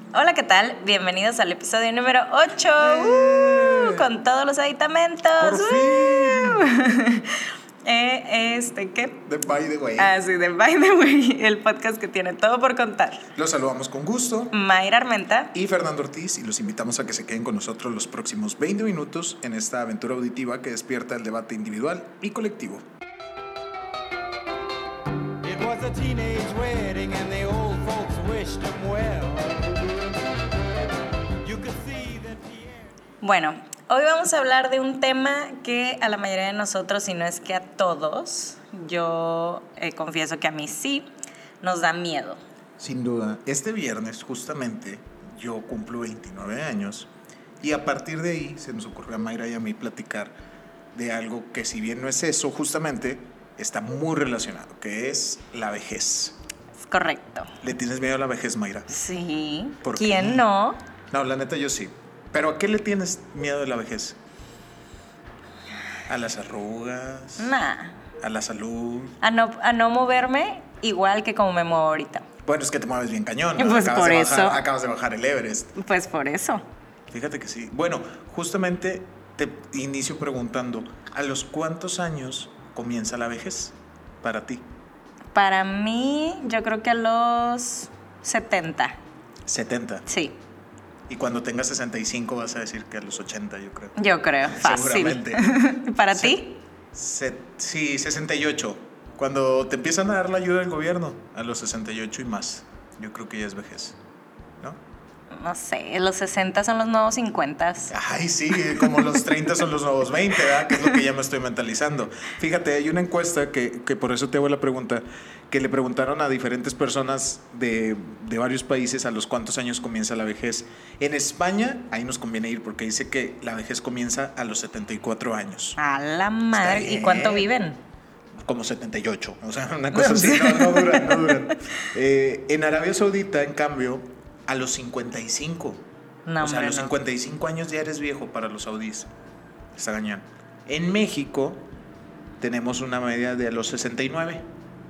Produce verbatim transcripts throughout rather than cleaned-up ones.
Hola, ¿qué tal? Bienvenidos al episodio número ocho, uh, con todos los aditamentos. ¡Por fin! Uh. eh, este, ¿qué? The By the Way. Ah, sí, The By the Way, el podcast que tiene todo por contar. Los saludamos con gusto. Mayra Armenta y Fernando Ortiz, y los invitamos a que se queden con nosotros los próximos veinte minutos en esta aventura auditiva que despierta el debate individual y colectivo. It was a teenage wedding and the old folks wished them well. You could see that Pierre... Bueno, hoy vamos a hablar de un tema que a la mayoría de nosotros, si no es que a todos, yo eh, confieso que a mí sí, nos da miedo. Sin duda, este viernes justamente yo cumplo veintinueve años y a partir de ahí se nos ocurrió a Mayra y a mí platicar de algo que, si bien no es eso, justamente está muy relacionado, que es la vejez. Es correcto. ¿Le tienes miedo a la vejez, Mayra? Sí. ¿Por ¿Quién qué? no? No, la neta yo sí. ¿Pero a qué le tienes miedo de la vejez? ¿A las arrugas? Nah. ¿A la salud? A no, a no moverme igual que como me muevo ahorita. Bueno, es que te mueves bien cañón, ¿no? Pues acabas por de eso. Bajar, acabas de bajar el Everest. Pues por eso. Fíjate que sí. Bueno, justamente te inicio preguntando, ¿a los cuántos años comienza la vejez para ti? Para mí, yo creo que a los setenta. setenta. Sí, Y cuando tengas sesenta y cinco vas a decir que a los ochenta, yo creo. yo creo. Fácil. Seguramente. ¿Para Se- ti? se- sí, sesenta y ocho. Cuando te empiezan a dar la ayuda del gobierno, a los sesenta y ocho y más. Yo creo que ya es vejez, ¿no? No sé, los sesenta son los nuevos cincuenta. Ay, sí, como los treinta son los nuevos veinte, ¿verdad? Que es lo que ya me estoy mentalizando. Fíjate, hay una encuesta que, que por eso te hago la pregunta, que le preguntaron a diferentes personas de, de varios países a los cuántos años comienza la vejez. En España, ahí nos conviene ir porque dice que la vejez comienza a los setenta y cuatro años. A la madre. Está ¿Y cuánto bien. viven? Como setenta y ocho, o sea, una cosa así, no, no duran, no duran. Eh, en Arabia Saudita, en cambio, a los cincuenta y cinco. No, o sea, a hombre, los no. cincuenta y cinco años ya eres viejo para los saudíes. Está gañán. En México tenemos una media de a los sesenta y nueve.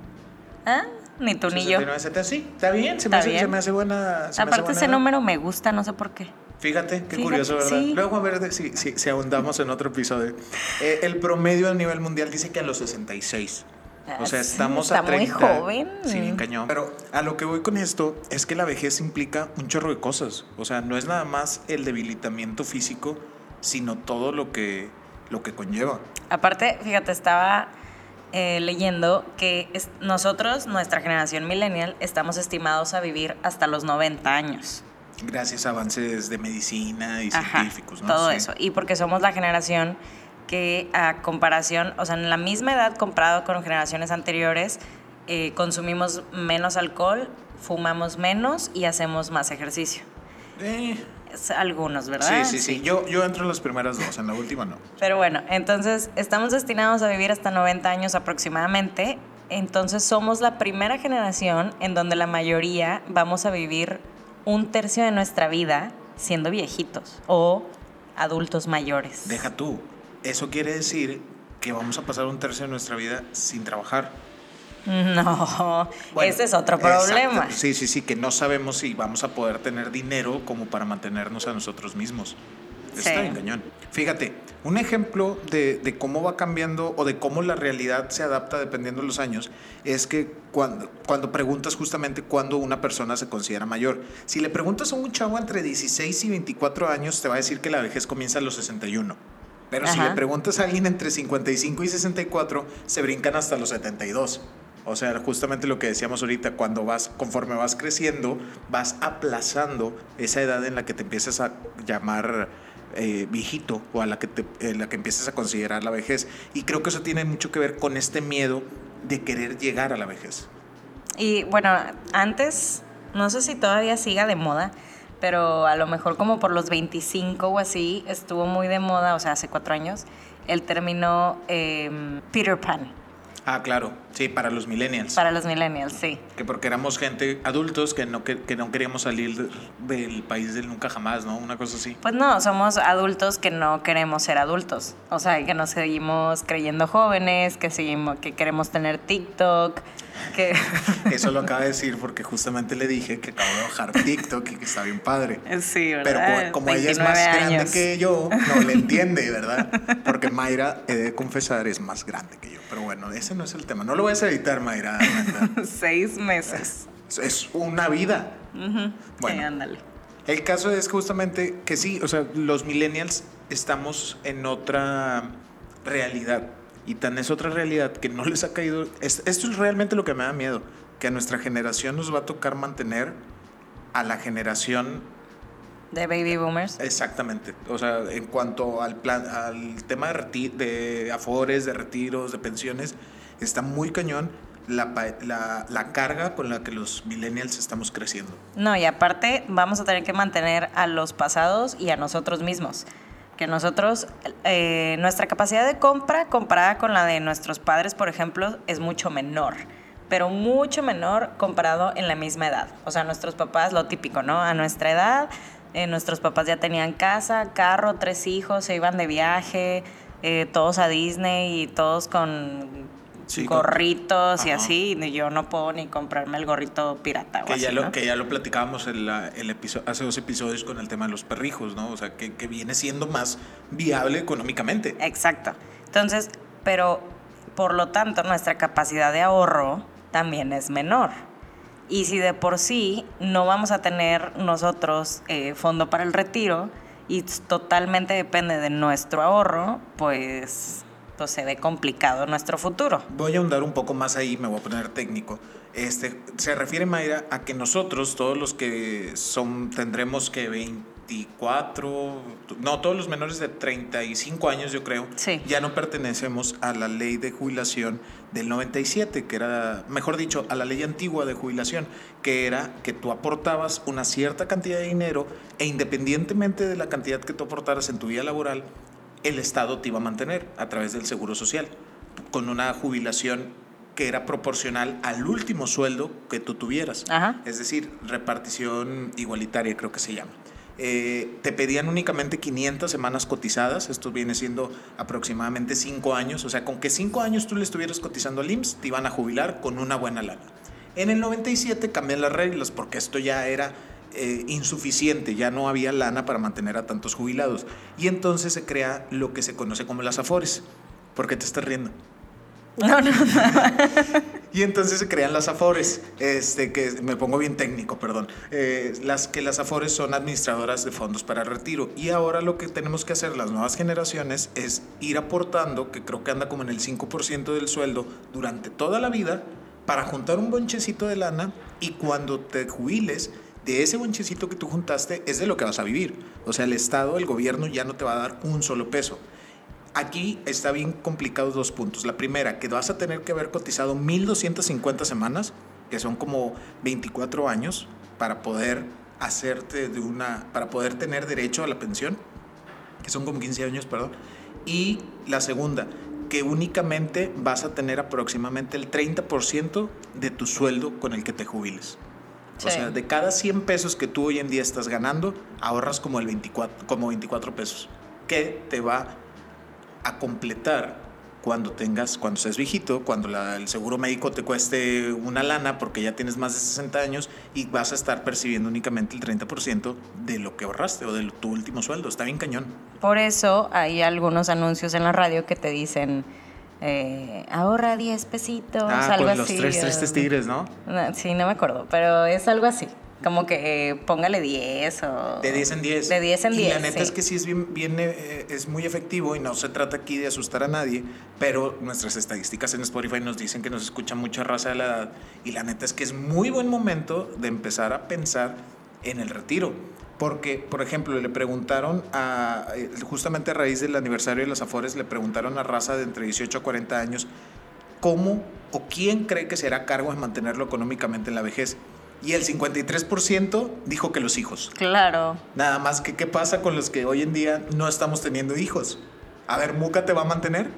¿Ah? Ni tú ni yo. sesenta y nueve, setenta, sí, está bien, se me, Está hace, bien. se me hace buena. se me hace Aparte, buena ese edad. número me gusta, no sé por qué. Fíjate, qué Fíjate, curioso, ¿verdad? sí. Luego a ver de- si, si, si ahondamos en otro episodio. Eh, el promedio a nivel mundial dice que a los sesenta y seis. O sea, Ah, sí, estamos está a treinta. muy joven. Sí, bien cañón. Pero a lo que voy con esto es que la vejez implica un chorro de cosas. O sea, no es nada más el debilitamiento físico, sino todo lo que, lo que conlleva. Aparte, fíjate, estaba eh, leyendo que es- nosotros, nuestra generación millennial, estamos estimados a vivir hasta los noventa años. Gracias a avances de medicina y Ajá, científicos, ¿no? todo Sí. eso. Y porque somos la generación que a comparación, o sea, en la misma edad comparado con generaciones anteriores, eh, consumimos menos alcohol, fumamos menos y hacemos más ejercicio. Eh, Es algunos, ¿verdad? sí, sí, sí. Yo, yo entro en las primeras dos, en la última no. Pero bueno, entonces estamos destinados a vivir hasta noventa años aproximadamente. Entonces somos la primera generación en donde la mayoría vamos a vivir un tercio de nuestra vida siendo viejitos o adultos mayores. Deja tú. Eso quiere decir que vamos a pasar un tercio de nuestra vida sin trabajar. No, Bueno, ese es otro exacto. problema. Sí, sí, sí, que no sabemos si vamos a poder tener dinero como para mantenernos a nosotros mismos. Está Sí. bien cañón. Fíjate, un ejemplo de, de cómo va cambiando o de cómo la realidad se adapta dependiendo de los años es que cuando, cuando preguntas justamente cuándo una persona se considera mayor, si le preguntas a un chavo entre dieciséis y veinticuatro años, te va a decir que la vejez comienza a los sesenta y uno. Pero si Ajá. le preguntas a alguien entre cincuenta y cinco y sesenta y cuatro, se brincan hasta los setenta y dos. O sea, justamente lo que decíamos ahorita, cuando vas, conforme vas creciendo, vas aplazando esa edad en la que te empiezas a llamar eh, viejito o a la que, te, en la que empiezas a considerar la vejez. Y creo que eso tiene mucho que ver con este miedo de querer llegar a la vejez. Y bueno, antes, no sé si todavía siga de moda, pero a lo mejor como por los veinticinco o así, estuvo muy de moda, o sea, hace cuatro años, el término eh, Peter Pan. Ah, claro, sí, para los millennials. Para los millennials, sí. Que porque éramos gente, adultos, que no, que, que no queríamos salir de- del país del nunca jamás, ¿no? Una cosa así. Pues no, somos adultos que no queremos ser adultos. O sea, que nos seguimos creyendo jóvenes, que seguimos, que queremos tener TikTok, que Eso lo acaba de decir porque justamente le dije que acabo de bajar TikTok y que está bien padre. sí, ¿verdad? Pero como, como ella es más veintinueve grande años. que yo, no le entiende, ¿verdad? Porque Mayra, he de confesar, es más grande que yo. Pero bueno, ese no es el tema. No lo vas a editar, Mayra. Seis meses. Es una vida. Uh-huh. Bueno. Sí, ándale. El caso es justamente que sí, o sea, los millennials estamos en otra realidad. Y tan es otra realidad que no les ha caído... Es, esto es realmente lo que me da miedo. Que a nuestra generación nos va a tocar mantener a la generación... De baby boomers. Exactamente. O sea, en cuanto al plan, al tema de, reti- de afores, de retiros, de pensiones, está muy cañón la, la, la carga con la que los millennials estamos creciendo. No, y aparte vamos a tener que mantener a los pasados y a nosotros mismos. Que nosotros, eh, nuestra capacidad de compra comparada con la de nuestros padres, por ejemplo, es mucho menor. Pero mucho menor comparado en la misma edad. O sea, nuestros papás, lo típico, ¿no? A nuestra edad, eh, nuestros papás ya tenían casa, carro, tres hijos, se iban de viaje, eh, todos a Disney y todos con Sí, gorritos con... y así. Y yo no puedo ni comprarme el gorrito pirata o que así, ya lo ¿no? Que ya lo platicábamos en la, el episodio, hace dos episodios con el tema de los perrijos, ¿no? O sea, que, que viene siendo más viable económicamente. Exacto. Entonces, pero por lo tanto, nuestra capacidad de ahorro también es menor. Y si de por sí no vamos a tener nosotros eh, fondo para el retiro y totalmente depende de nuestro ahorro, pues, pues se ve complicado nuestro futuro. Voy a ahondar un poco más ahí, me voy a poner técnico. Este, se refiere, Mayra, a que nosotros, todos los que son, tendremos que veinticuatro, no, todos los menores de treinta y cinco años, yo creo, sí. ya no pertenecemos a la ley de jubilación del noventa y siete, que era, mejor dicho, a la ley antigua de jubilación, que era que tú aportabas una cierta cantidad de dinero e independientemente de la cantidad que tú aportaras en tu vida laboral, el Estado te iba a mantener a través del Seguro Social, con una jubilación que era proporcional al último sueldo que tú tuvieras. Ajá. Es decir, repartición igualitaria, creo que se llama. Eh, te pedían únicamente quinientas semanas cotizadas, esto viene siendo aproximadamente cinco años, o sea, con que cinco años tú le estuvieras cotizando al I M S S, te iban a jubilar con una buena lana. En el noventa y siete cambian las reglas porque esto ya era eh, insuficiente, ya no había lana para mantener a tantos jubilados. Y entonces se crea lo que se conoce como las AFORES. ¿Por qué te estás riendo? No, no, no. Y entonces se crean las AFORES, este, que me pongo bien técnico, perdón. Eh, las que las AFORES son administradoras de fondos para retiro. Y ahora lo que tenemos que hacer las nuevas generaciones es ir aportando, que creo que anda como en el cinco por ciento del sueldo durante toda la vida, para juntar un bonchecito de lana y cuando te jubiles, de ese bonchecito que tú juntaste es de lo que vas a vivir. O sea, el Estado, el gobierno ya no te va a dar un solo peso. Aquí está bien complicados dos puntos. La primera, que vas a tener que haber cotizado mil doscientas cincuenta semanas, que son como veinticuatro años, para poder hacerte de una, para poder tener derecho a la pensión, que son como quince años, perdón. Y la segunda, que únicamente vas a tener aproximadamente el treinta por ciento de tu sueldo con el que te jubiles. Sí. O sea, de cada cien pesos que tú hoy en día estás ganando, ahorras como el veinticuatro, como veinticuatro pesos, que te va a completar cuando tengas, cuando seas viejito, cuando la, el seguro médico te cueste una lana porque ya tienes más de sesenta años y vas a estar percibiendo únicamente el treinta por ciento de lo que ahorraste o de tu último sueldo. Está bien cañón. Por eso hay algunos anuncios en la radio que te dicen eh, ahorra diez pesitos, ah, algo con así. Los tres tristes tigres, ¿no? No, sí, no me acuerdo, pero es algo así. Como que eh, póngale diez o... De diez en diez. De diez en diez, Y la neta sí. es que sí es bien, bien eh, es muy efectivo y no se trata aquí de asustar a nadie, pero nuestras estadísticas en Spotify nos dicen que nos escucha mucha raza de la edad y la neta es que es muy buen momento de empezar a pensar en el retiro. Porque, por ejemplo, le preguntaron a, justamente a raíz del aniversario de las AFORES, le preguntaron a raza de entre dieciocho a cuarenta años cómo o quién cree que será cargo de mantenerlo económicamente en la vejez. Y el cincuenta y tres por ciento dijo que los hijos. Claro. Nada más que, ¿qué pasa con los que hoy en día no estamos teniendo hijos? A ver, ¿Muca te va a mantener?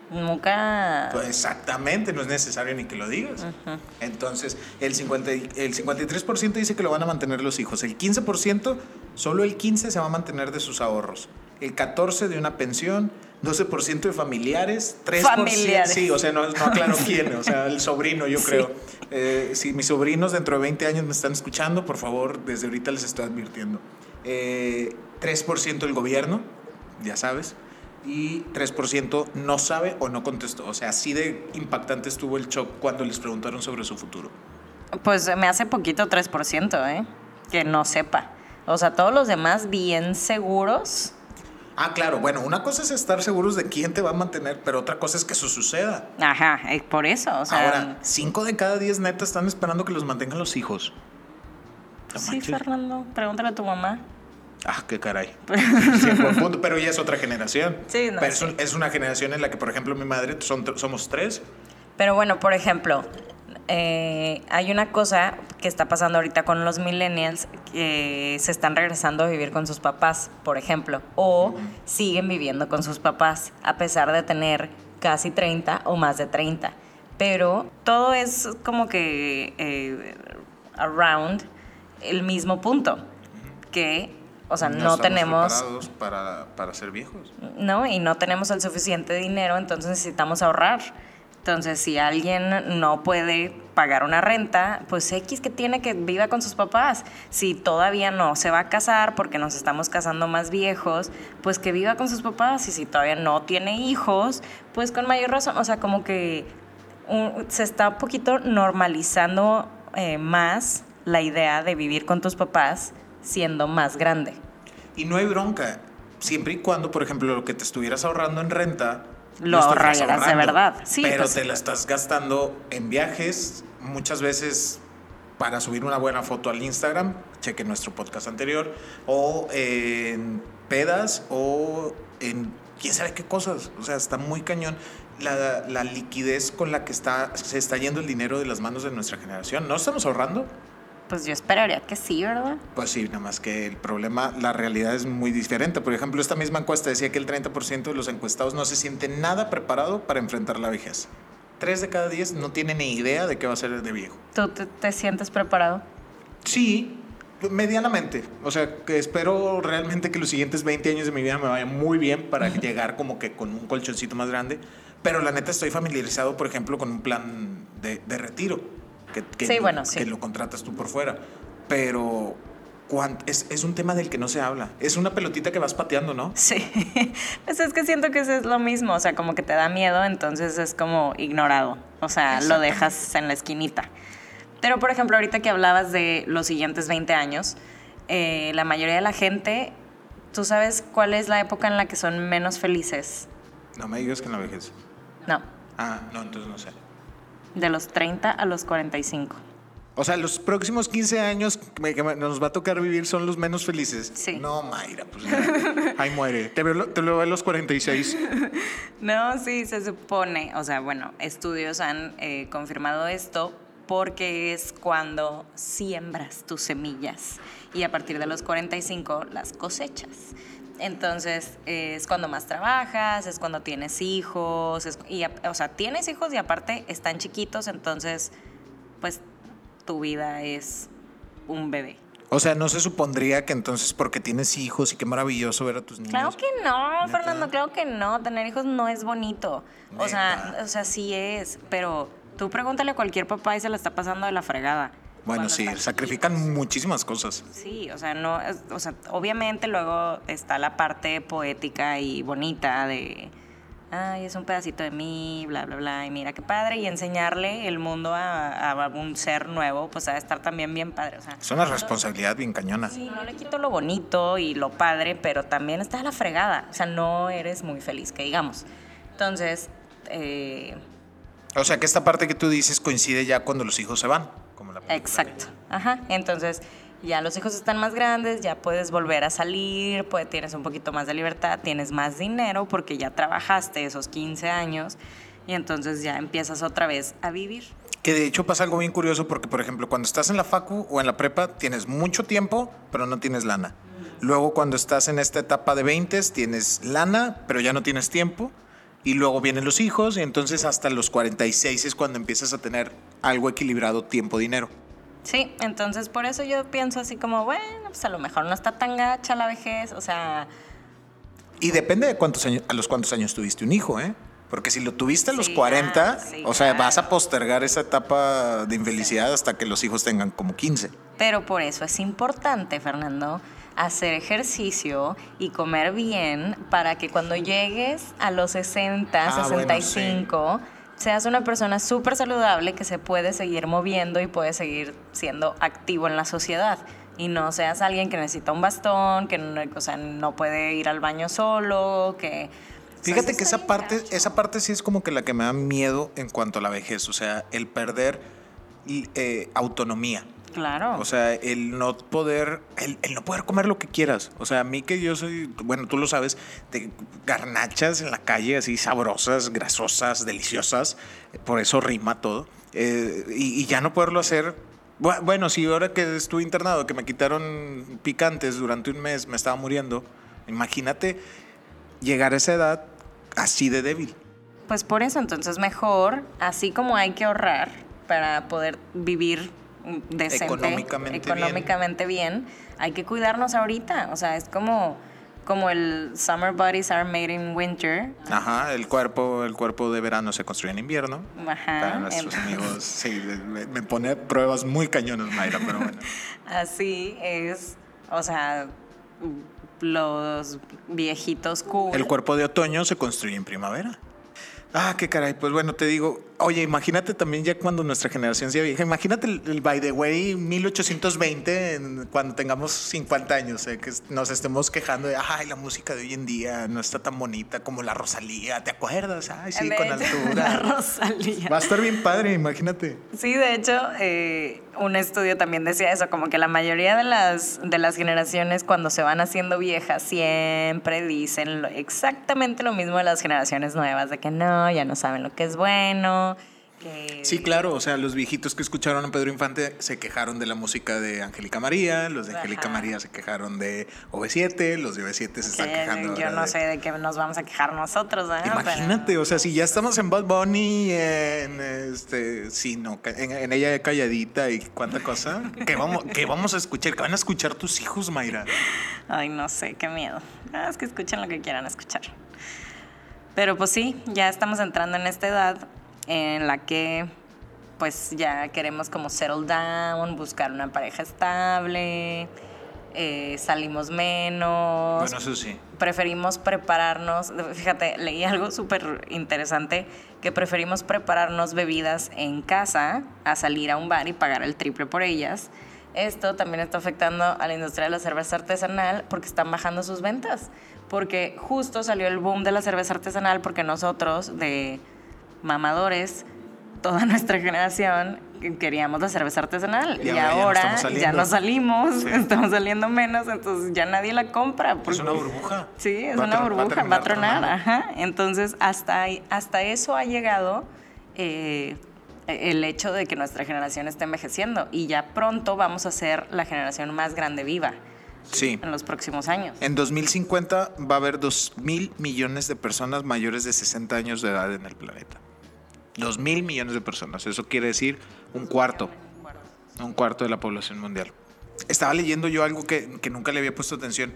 Muca... Pues exactamente, no es necesario ni que lo digas. Uh-huh. Entonces, el, cincuenta, el cincuenta y tres por ciento dice que lo van a mantener los hijos. El quince por ciento, solo el quince por ciento se va a mantener de sus ahorros. El catorce por ciento de una pensión, doce por ciento de familiares, tres por ciento... Familiares. Sí, o sea, no, no aclaro quién, o sea, el sobrino, yo Sí. creo. Eh, si mis sobrinos dentro de veinte años me están escuchando, por favor, desde ahorita les estoy advirtiendo. Eh, tres por ciento el gobierno, ya sabes, y tres por ciento no sabe o no contestó. O sea, así de impactante estuvo el shock cuando les preguntaron sobre su futuro. Pues me hace poquito tres por ciento, ¿eh? Que no sepa. O sea, todos los demás bien seguros. Ah, claro, bueno, una cosa es estar seguros de quién te va a mantener, pero otra cosa es que eso suceda. Ajá, eh, por eso, o sea... Ahora, cinco de cada diez neta están esperando que los mantengan los hijos. No Sí, manches. Fernando, pregúntale a tu mamá. Ah, qué caray. Sí, buen punto, pero ya es otra generación. Sí, no, pero es, sí. un- es una generación en la que, por ejemplo, mi madre, son, somos tres. Pero bueno, por ejemplo, eh, hay una cosa que está pasando ahorita con los millennials que se están regresando a vivir con sus papás, por ejemplo, o siguen viviendo con sus papás a pesar de tener casi treinta o más de treinta. Pero todo es como que eh, around el mismo punto, que, o sea, no, estamos tenemos... preparados para, para ser viejos. ¿no? Y no tenemos el suficiente dinero, entonces necesitamos ahorrar. Entonces, si alguien no puede pagar una renta, pues X que tiene que viva con sus papás. Si todavía no se va a casar porque nos estamos casando más viejos, pues que viva con sus papás. Y si todavía no tiene hijos, pues con mayor razón. O sea, como que un- se está un poquito normalizando eh, más la idea de vivir con tus papás siendo más grande. Y no hay bronca. Siempre y cuando, por ejemplo, lo que te estuvieras ahorrando en renta... Lo estuvieras ahorraras de verdad. Sí, pero pues- te la estás gastando en viajes, muchas veces para subir una buena foto al Instagram, cheque nuestro podcast anterior, o en pedas, o en quién sabe qué cosas. O sea, está muy cañón la, la liquidez con la que está, se está yendo el dinero de las manos de nuestra generación. ¿No estamos ahorrando? Pues yo esperaría que sí, ¿verdad? Pues sí, nada más que el problema, la realidad es muy diferente. Por ejemplo, esta misma encuesta decía que el treinta por ciento de los encuestados no se siente nada preparado para enfrentar la vejez. Tres de cada diez no tienen ni idea de qué va a ser de viejo. ¿Tú te, te sientes preparado? Sí, medianamente. O sea, que espero realmente que los siguientes veinte años de mi vida me vayan muy bien para llegar como que con un colchoncito más grande. Pero la neta estoy familiarizado, por ejemplo, con un plan de, de retiro. Que, que, Sí, bueno, sí. que lo contratas tú por fuera. Pero cuan- es, es un tema del que no se habla. Es una pelotita que vas pateando, ¿no? Sí. Pues es que siento que eso es lo mismo. O sea, como que te da miedo, entonces es como ignorado. O sea, lo Exactamente. dejas en la esquinita. Pero, por ejemplo, ahorita que hablabas de los siguientes veinte años, eh, la mayoría de la gente, ¿tú sabes cuál es la época en la que son menos felices? No me digas que en la vejez. No, Ah, no, entonces no sé. de los treinta a los cuarenta y cinco. O sea, los próximos quince años que me- que me- nos va a tocar vivir son los menos felices. Sí. No, Mayra, pues ya. Ahí muere. Te, veo, te lo veo a los cuarenta y seis. No, sí, se supone, o sea, bueno, estudios han eh, confirmado esto porque es cuando siembras tus semillas y a partir de los cuarenta y cinco las cosechas. Entonces eh, es cuando más trabajas, es cuando tienes hijos, es- y, a- o sea, tienes hijos y aparte están chiquitos, entonces pues tu vida es un bebé. O sea, no se supondría que entonces porque tienes hijos y qué maravilloso ver a tus niños. Claro que no, ¿Neta? Fernando, claro que no. Tener hijos no es bonito. O sea, ¿Neta? o sea, sí es, pero tú pregúntale a cualquier papá y se la está pasando de la fregada. Bueno, cuando sí, están sacrifican chiquitos. muchísimas cosas. Sí, o sea, no, es- o sea, obviamente luego está la parte poética y bonita de, ay, es un pedacito de mí, bla, bla, bla, y mira qué padre, y enseñarle el mundo a, a un ser nuevo, pues ha de estar también bien padre, o sea. Es una no- responsabilidad bien cañona. Sí, no le quito lo bonito y lo padre, pero también está la fregada. O sea, no eres muy feliz, que digamos. Entonces, eh, O sea, que esta parte que tú dices coincide ya cuando los hijos se van. Como la película. exacto. Ajá. Entonces, ya los hijos están más grandes, ya puedes volver a salir, pues, tienes un poquito más de libertad, tienes más dinero porque ya trabajaste esos quince años y entonces ya empiezas otra vez a vivir. Que de hecho pasa algo bien curioso porque, por ejemplo, cuando estás en la facu o en la prepa tienes mucho tiempo, pero no tienes lana. Luego cuando estás en esta etapa de veinte tienes lana, pero ya no tienes tiempo. Y luego vienen los hijos y entonces hasta los cuarenta y seis es cuando empiezas a tener algo equilibrado tiempo-dinero. Sí, entonces por eso yo pienso así como, bueno, pues a lo mejor no está tan gacha la vejez, o sea, Y depende de cuántos años, a los cuántos años tuviste un hijo, ¿eh? Porque si lo tuviste a los Sí, cuarenta, ah, sí, o sea, claro. vas a postergar esa etapa de infelicidad hasta que los hijos tengan como quince. Pero por eso es importante, Fernando, hacer ejercicio y comer bien para que cuando llegues a los sesenta, Ah, sesenta y bueno, cinco, seas una persona súper saludable que se puede seguir moviendo y puede seguir siendo activo en la sociedad. Y no seas alguien que necesita un bastón, que no, o sea, no puede ir al baño solo, que... Fíjate o sea, que está esa bien parte, gacho. esa parte sí es como que la que me da miedo en cuanto a la vejez, o sea, el perder y, eh, autonomía. Claro. O sea, el no poder, el, el no poder comer lo que quieras. O sea, a mí que yo soy, bueno, tú lo sabes, de garnachas en la calle, así sabrosas, grasosas, deliciosas, por eso rima todo. Eh, y, y ya no poderlo hacer. Bu- Bueno, sí, ahora que estuve internado, que me quitaron picantes durante un mes, me estaba muriendo. Imagínate llegar a esa edad así de débil. Pues por eso, entonces mejor, así como hay que ahorrar para poder vivir mm, decente, Económicamente bien. económicamente bien. hay que cuidarnos ahorita. O sea, es como, como el summer bodies are made in winter. Ajá, el cuerpo, el cuerpo de verano se construye en invierno. Ajá, Para nuestros entonces- amigos, sí, me, me pone pruebas muy cañonas, Mayra, pero bueno. Así es, o sea, los viejitos cool. El cuerpo de otoño se construye en primavera. Ah, qué caray. Pues bueno, te digo, oye, imagínate también ya cuando nuestra generación sea vieja. Imagínate el, el by the way mil ochocientos veinte, en- cuando tengamos cincuenta años, eh, que nos estemos quejando de, ay, la música de hoy en día no está tan bonita como la Rosalía. ¿Te acuerdas? Ay, sí, De con hecho, altura. la Rosalía. Va a estar bien padre, imagínate. Sí, de hecho, eh, un estudio también decía eso, como que la mayoría de las, de las generaciones cuando se van haciendo viejas siempre dicen lo- exactamente lo mismo de las generaciones nuevas, de que no, ya no saben lo que es bueno, que... Sí, claro, o sea, los viejitos que escucharon a Pedro Infante se quejaron de la música de Angélica María, los de Angélica Ajá. María se quejaron de O V siete, los de O V siete se están que quejando yo ahora no de- sé de qué nos vamos a quejar nosotros, ¿eh? Imagínate, Pero- o sea, si ya estamos en Bad Bunny, en este, sí, no, ca- en, en ella calladita y cuánta cosa, ¿qué vamos, qué vamos a escuchar? ¿Qué van a escuchar tus hijos, Mayra? Ay, no sé, qué miedo. Ah, es que escuchen lo que quieran escuchar. Pero pues sí, ya estamos entrando en esta edad en la que pues ya queremos como settle down, buscar una pareja estable, eh, salimos menos. Bueno, eso sí. Preferimos prepararnos, fíjate, leí algo súper interesante, que preferimos prepararnos bebidas en casa a salir a un bar y pagar el triple por ellas. Esto también está afectando a la industria de la cerveza artesanal porque están bajando sus ventas. Porque justo salió el boom de la cerveza artesanal porque nosotros, de mamadores, toda nuestra generación, queríamos la cerveza artesanal. Y Y, ahora ya no ahora estamos ya saliendo. no salimos, Sí. estamos saliendo menos, entonces ya nadie la compra. Es porque- una burbuja. Sí, es Va a una tron- va a burbuja, va a, terminar tronar. tronando. Ajá. Entonces, hasta, ahí- hasta eso ha llegado eh, el hecho de que nuestra generación está envejeciendo. Y ya pronto vamos a ser la generación más grande viva Sí. en los próximos años. En dos mil cincuenta va a haber dos mil millones de personas mayores de sesenta años de edad en el planeta. Dos mil millones de personas. Eso quiere decir un cuarto. Un cuarto de la población mundial. Estaba leyendo yo algo que, que nunca le había puesto atención.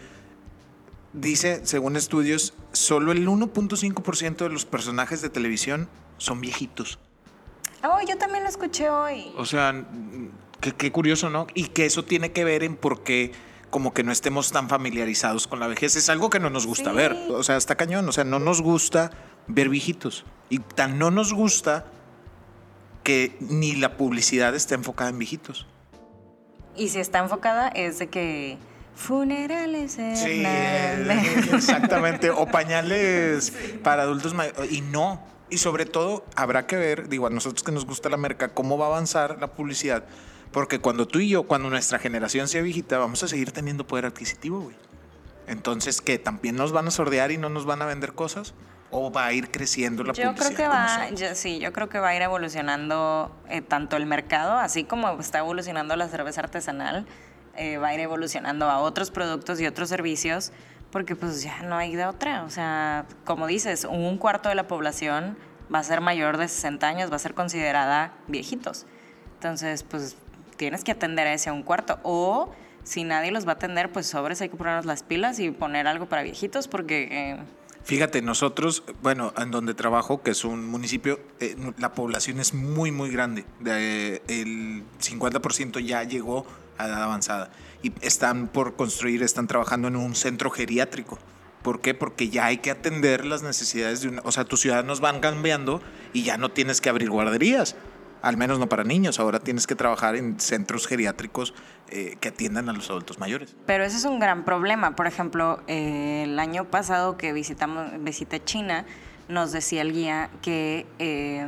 Dice, según estudios, solo el uno punto cinco por ciento de los personajes de televisión son viejitos. Oh, yo también lo escuché hoy. O sea, mm, qué, qué curioso, ¿no? Y que eso tiene que ver en por qué como que no estemos tan familiarizados con la vejez. Es algo que no nos gusta Sí. ver. O sea, está cañón. O sea, no nos gusta ver viejitos. Y tan no nos gusta que ni la publicidad está enfocada en viejitos. Y si está enfocada es de que funerales Sí, Hernández. exactamente. O pañales para adultos mayores. Y no. Y sobre todo, habrá que ver, digo, a nosotros que nos gusta la merca, cómo va a avanzar la publicidad. Porque cuando tú y yo, cuando nuestra generación sea viejita, vamos a seguir teniendo poder adquisitivo, güey. Entonces, ¿qué? ¿También nos van a sordear y no nos van a vender cosas? ¿O va a ir creciendo la Yo publicidad? creo que con va, nosotros? yo, sí, yo creo que va a ir evolucionando eh, tanto el mercado, así como está evolucionando la cerveza artesanal, eh, va a ir evolucionando a otros productos y otros servicios, porque pues ya no hay de otra. O sea, como dices, un cuarto de la población va a ser mayor de sesenta años, va a ser considerada viejitos. Entonces, pues tienes que atender a ese un cuarto. O si nadie los va a atender, pues sobres hay que ponernos las pilas y poner algo para viejitos porque... Eh, Fíjate, nosotros, bueno, en donde trabajo, que es un municipio, eh, la población es muy, muy grande. De, el cincuenta por ciento ya llegó a edad avanzada y están por construir, están trabajando en un centro geriátrico. ¿Por qué? Porque ya hay que atender las necesidades de una... O sea, tus ciudadanos van cambiando y ya no tienes que abrir guarderías. Al menos no para niños. Ahora tienes que trabajar en centros geriátricos eh, que atiendan a los adultos mayores. Pero ese es un gran problema. Por ejemplo, eh, el año pasado que visitamos, visité China, nos decía el guía que eh,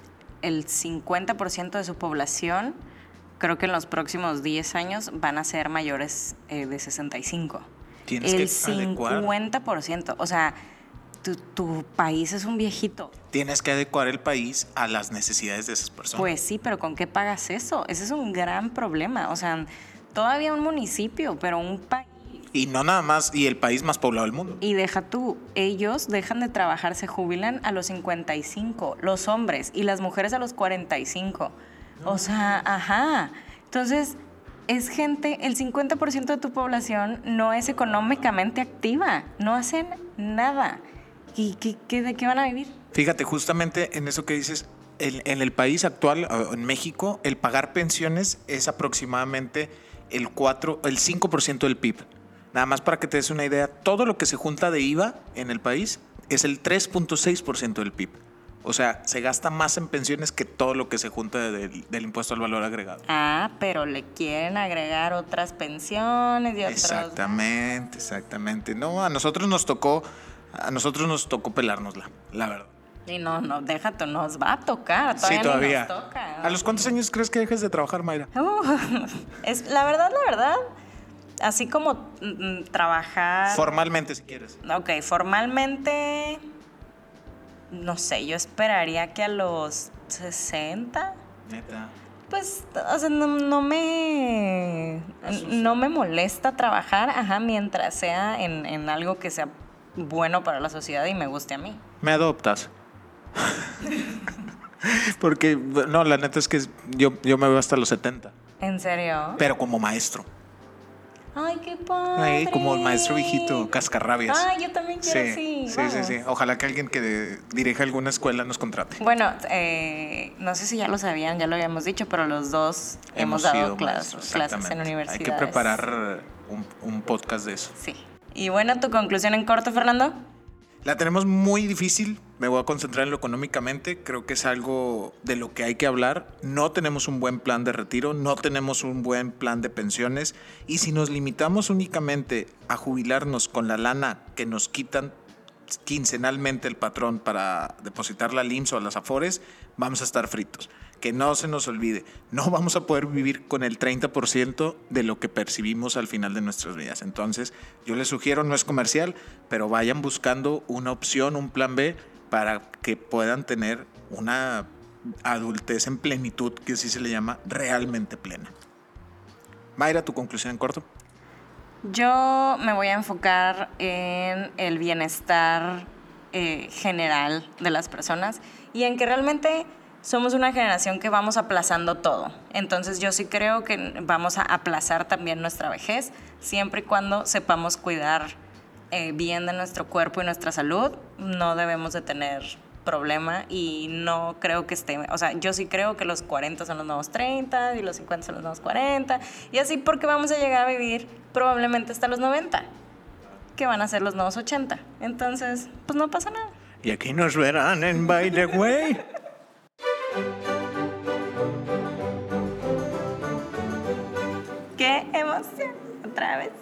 el cincuenta por ciento de su población, creo que en los próximos diez años, van a ser mayores eh, de sesenta y cinco. Tienes el que adecuar. cincuenta por ciento. O sea, tu, tu país es un viejito. Tienes que adecuar el país a las necesidades de esas personas. Pues sí, pero ¿con qué pagas eso? Ese es un gran problema. O sea, todavía un municipio, pero un país. Y no nada más, y el país más poblado del mundo. Y deja tú, ellos dejan de trabajar, se jubilan a los cincuenta y cinco, los hombres, y las mujeres a los cuarenta y cinco. O sea, ajá. Entonces, es gente, el cincuenta por ciento de tu población no es económicamente activa, no hacen nada. ¿Y qué, qué, de qué van a vivir? Fíjate, justamente en eso que dices, en, en el país actual, en México, el pagar pensiones es aproximadamente el cuatro, el cinco por ciento del P I B. Nada más para que te des una idea, todo lo que se junta de I V A en el país es el tres punto seis por ciento del P I B. O sea, se gasta más en pensiones que todo lo que se junta del, del impuesto al valor agregado. Ah, pero le quieren agregar otras pensiones y otros... Exactamente, exactamente. No, a nosotros nos tocó, a nosotros nos tocó pelárnosla, la verdad. Y no, no, déjate, nos va a tocar, todavía, sí, todavía. Ni nos toca. ¿A los cuántos años crees que dejes de trabajar, Mayra? Uh, es la verdad, la verdad, así como mm, trabajar... Formalmente, si quieres. Ok, formalmente, no sé, yo esperaría que a los sesenta... Neta. Pues, o sea, no, no me... No me molesta trabajar, ajá, mientras sea en, en algo que sea bueno para la sociedad y me guste a mí. ¿Me adoptas? Porque, no, la neta es que yo, yo me veo hasta los setenta. ¿En serio? Pero como maestro. Ay, qué padre. Ay, como el maestro viejito, cascarrabias. Ay, yo también quiero sí, así. Sí, Vamos. sí, sí. Ojalá que alguien que dirija alguna escuela nos contrate. Bueno, eh, no sé si ya lo sabían, ya lo habíamos dicho, pero los dos hemos, hemos dado clases, clases en universidades. Hay que preparar un, un podcast de eso. Sí. Y bueno, ¿tu conclusión en corto, Fernando? La tenemos muy difícil, me voy a concentrar en lo económicamente, creo que es algo de lo que hay que hablar. No tenemos un buen plan de retiro, no tenemos un buen plan de pensiones y si nos limitamos únicamente a jubilarnos con la lana que nos quitan quincenalmente el patrón para depositarla al I M S S o a las Afores, vamos a estar fritos. Que no se nos olvide, no vamos a poder vivir con el treinta por ciento de lo que percibimos al final de nuestras vidas. Entonces, yo les sugiero, no es comercial, pero vayan buscando una opción, un plan B, para que puedan tener una adultez en plenitud, que así se le llama, realmente plena. Mayra, ¿tu conclusión en corto? Yo me voy a enfocar en el bienestar eh, general de las personas y en que realmente... Somos una generación que vamos aplazando todo. Entonces yo sí creo que vamos a aplazar también nuestra vejez, siempre y cuando sepamos cuidar eh, bien de nuestro cuerpo y nuestra salud. No debemos de tener problema y no creo que esté... O sea, yo sí creo que los cuarenta son los nuevos treinta y los cincuenta son los nuevos cuarenta. Y así porque vamos a llegar a vivir probablemente hasta los noventa, que van a ser los nuevos ochenta. Entonces, pues no pasa nada. Y aquí nos verán en By the Way. ¡Qué emoción! Otra vez.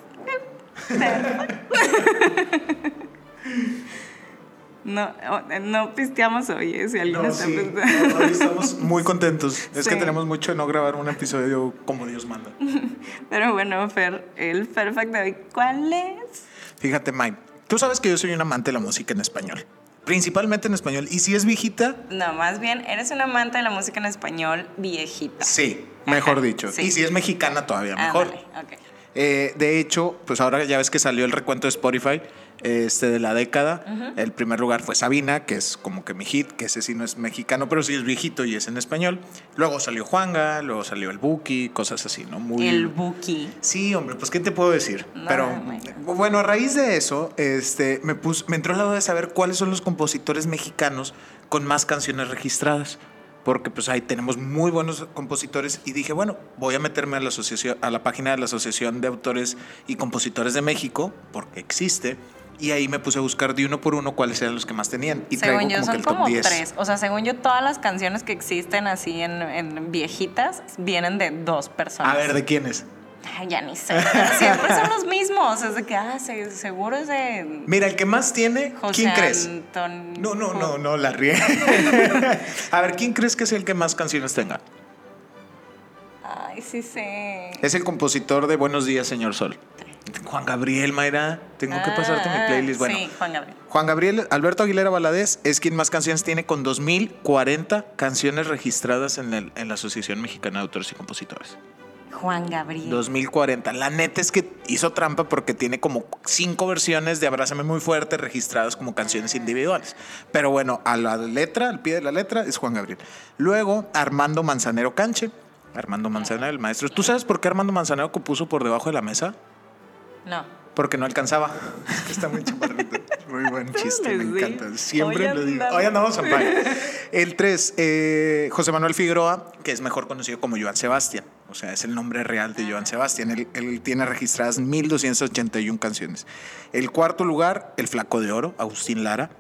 No, no pisteamos hoy, ¿eh? Si alguien No, está sí, pensando. hoy estamos muy contentos. Es Sí. que tenemos mucho de no grabar un episodio como Dios manda. Pero bueno, Fer, el perfect de hoy, ¿cuál es? Fíjate, Mike, tú sabes que yo soy un amante de la música en español. Principalmente en español. Y si es viejita... No, más bien, eres un amante de la música en español viejita. Sí, mejor Ajá, dicho. sí. Y si es mexicana, todavía mejor. Ándale, ok. Eh, de hecho, pues ahora ya ves que salió el recuento de Spotify este, de la década. Uh-huh. El primer lugar fue Sabina, que es como que mi hit, que ese sí no es mexicano, pero sí es viejito y es en español. Luego salió Juanga, luego salió el Buki, cosas así, ¿no? Muy... El Buki. Sí, hombre, pues ¿qué te puedo decir? No, pero no. Bueno, a raíz de eso, este, me, pus, me entró la duda de saber cuáles son los compositores mexicanos con más canciones registradas. Porque pues ahí tenemos muy buenos compositores y dije, bueno, voy a meterme a la asociación, a la página de la Asociación de Autores y Compositores de México, porque existe, y ahí me puse a buscar de uno por uno cuáles eran los que más tenían. Y según traigo yo como son que el como top diez. Tres. O sea, según yo, todas las canciones que existen así en, en viejitas vienen de dos personas. A ver, ¿de quiénes? Ay, ya ni sé. Siempre son los mismos. Es de que, ah, seguro es de... Mira, el que más tiene, José ¿quién crees? Anton... No, no, no, no, la riegué. A ver, ¿quién crees que es el que más canciones tenga? Ay, sí sé. Es el compositor de Buenos Días, Señor Sol. Juan Gabriel, Mayra. Tengo ah, que pasarte mi playlist. Bueno, sí, Juan Gabriel. Juan Gabriel, Alberto Aguilera Valadez es quien más canciones tiene, con dos mil cuarenta canciones registradas en, el, en la Asociación Mexicana de Autores y Compositores. Juan Gabriel. dos mil cuarenta. La neta es que hizo trampa porque tiene como cinco versiones de Abrázame Muy Fuerte registradas como canciones individuales. Pero bueno, a la letra, al pie de la letra, es Juan Gabriel. Luego, Armando Manzanero Canche. Armando Manzanero, el maestro. ¿Tú sabes por qué Armando Manzanero compuso Por Debajo de la Mesa? No. Porque no alcanzaba. Está muy chaparrito. Muy buen chiste, me encanta. Siempre lo digo. Hoy andamos a fire. El tres, eh, José Manuel Figueroa, que es mejor conocido como Joan Sebastián. O sea, es el nombre real de Joan Sebastián. Él, él tiene registradas mil doscientas ochenta y una canciones. El cuarto lugar, El Flaco de Oro, Agustín Lara.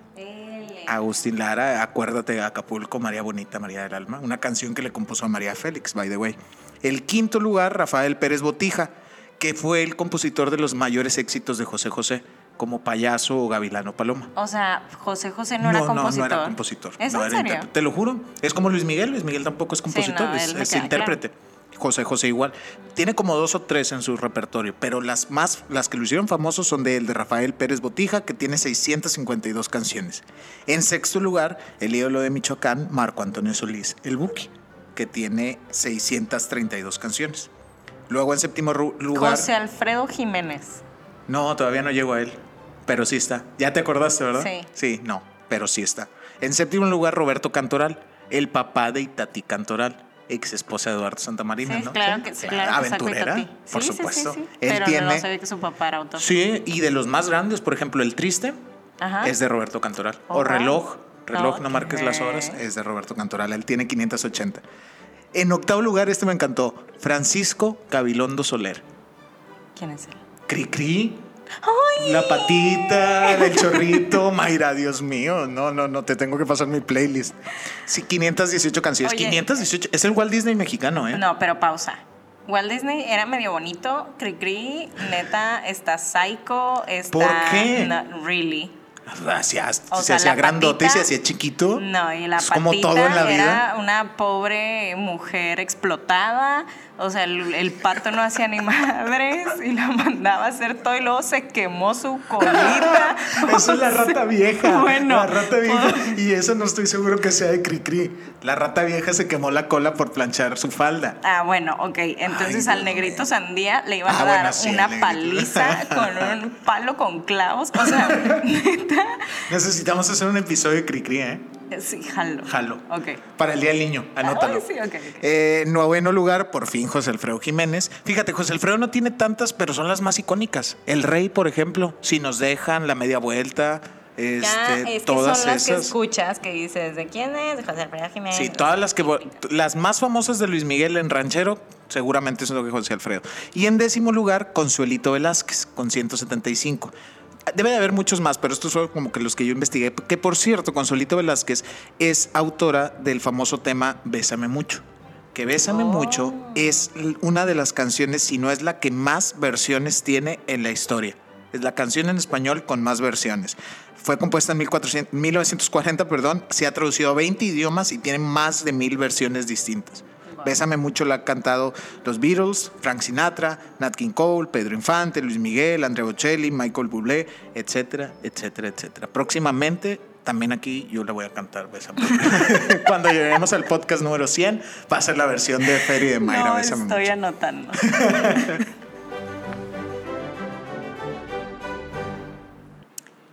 Agustín Lara, acuérdate de Acapulco, María Bonita, María del Alma. Una canción que le compuso a María Félix, by the way. El quinto lugar, Rafael Pérez Botija, que fue el compositor de los mayores éxitos de José José, como Payaso o Gavilano Paloma. O sea, José José no, no era compositor. No, no era compositor. ¿Es no en era serio? Intérprete. Te lo juro. Es como Luis Miguel. Luis Miguel tampoco es compositor, sí, no, es, es intérprete. Claro. José José igual. Tiene como dos o tres en su repertorio, pero las más, las que lo hicieron famosos son de el de Rafael Pérez Botija, que tiene seiscientas cincuenta y dos canciones. En sexto lugar, el ídolo de Michoacán, Marco Antonio Solís, el Buki, que tiene seiscientas treinta y dos canciones. Luego en séptimo lugar... José Alfredo Jiménez. No, todavía no llego a él, pero sí está. Ya te acordaste, ¿verdad? Sí. Sí, no, pero sí está. En séptimo lugar, Roberto Cantoral, el papá de Itatí Cantoral, ex esposa de Eduardo Santamarina, sí, ¿no? Claro que sí, claro. Aventurera, que por sí, supuesto. Sí, sí, sí. Él pero tiene, no sabía que su papá era autor. Sí, y de los más grandes, por ejemplo, El Triste, ajá, es de Roberto Cantoral. Oh, o Reloj, Reloj, okay, no marques las horas, es de Roberto Cantoral. Él tiene quinientas ochenta. En octavo lugar, este me encantó, Francisco Gabilondo Soler. ¿Quién es él? Cri Cri. ¡Ay! La patita del chorrito. Mayra, Dios mío. No, no, no, te tengo que pasar mi playlist. Sí, quinientas dieciocho canciones. Oye, quinientas dieciocho. Es el Walt Disney mexicano, ¿eh? No, pero pausa. Walt Disney era medio bonito. Cri Cri, neta, está psycho. Está... ¿Por qué? No, really. Hacía, o se hacía grandote y se hacía chiquito. No, y la es patita como todo en la vida. Era una pobre mujer explotada. O sea, el, el pato no hacía ni madres y la mandaba a hacer todo y luego se quemó su colita. Eso es la rata vieja. Bueno. La rata vieja. Y eso no estoy seguro que sea de Cri Cri. La rata vieja se quemó la cola por planchar su falda. Ah, bueno, ok. Entonces Ay, al negrito Sandía le iban ah, a dar bueno, sí, una paliza con un palo con clavos. O sea, neta. Necesitamos hacer un episodio de Cri Cri, ¿eh? Sí, jalo. Jalo. Ok. Para el Día del Niño, anótalo. Ay, sí, okay, okay. Eh, noveno lugar, por fin, José Alfredo Jiménez. Fíjate, José Alfredo no tiene tantas, pero son las más icónicas. El Rey, por ejemplo, Si nos dejan, La media vuelta, este, ya, es todas que son las esas. que escuchas, que dices, ¿de quién es? De José Alfredo Jiménez. Sí, todas las que... Las más famosas de Luis Miguel en ranchero, seguramente son lo que José Alfredo. Y en décimo lugar, Consuelito Velázquez, con ciento setenta y cinco. Debe de haber muchos más, pero estos son como que los que yo investigué. Que por cierto, Consuelito Velázquez es autora del famoso tema Bésame Mucho. Que Bésame oh. Mucho es una de las canciones, si no es la que más versiones tiene en la historia. Es la canción en español con más versiones. Fue compuesta en mil novecientos cuarenta, perdón. Se ha traducido a veinte idiomas y tiene más de mil versiones distintas. Bésame Mucho la han cantado los Beatles, Frank Sinatra, Nat King Cole, Pedro Infante, Luis Miguel, Andrea Bocelli, Michael Bublé, etcétera, etcétera, etcétera. Próximamente, también aquí yo la voy a cantar, Bésame Mucho. Cuando lleguemos al podcast número cien, va a ser la versión de Fer y de Mayra, no, Bésame estoy Mucho. Anotando.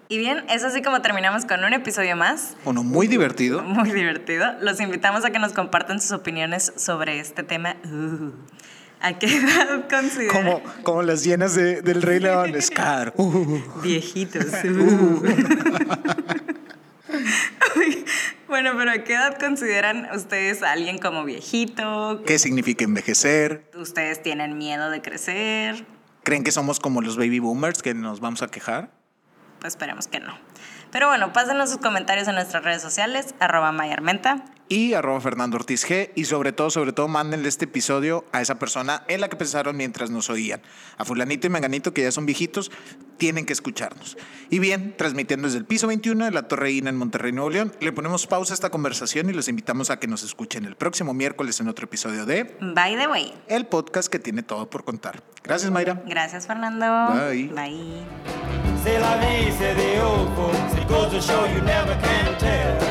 Y bien, es así como terminamos con un episodio más. Uno muy divertido. Muy divertido. Los invitamos a que nos compartan sus opiniones sobre este tema. Uh, ¿A qué edad consideran? Como, como las hienas de, del Rey León. Scar. Uh. Viejitos. Uh. Bueno, pero ¿a qué edad consideran ustedes a alguien como viejito? ¿Qué significa envejecer? ¿Ustedes tienen miedo de crecer? ¿Creen que somos como los baby boomers que nos vamos a quejar? Pues esperemos que no. Pero bueno, pásenos sus comentarios en nuestras redes sociales, arroba mayarmenta. Y arroba Fernando Ortiz G. Y sobre todo, sobre todo, mándenle este episodio a esa persona en la que pensaron mientras nos oían. A fulanito y menganito, que ya son viejitos, tienen que escucharnos. Y bien, transmitiendo desde el piso veintiuno de la Torre Ina en Monterrey, Nuevo León, le ponemos pausa a esta conversación y los invitamos a que nos escuchen el próximo miércoles en otro episodio de By the Way, el podcast que tiene todo por contar. Gracias, Mayra. Gracias, Fernando. Bye. Bye. C'est la vie, say the old folks. It goes to show you never can tell.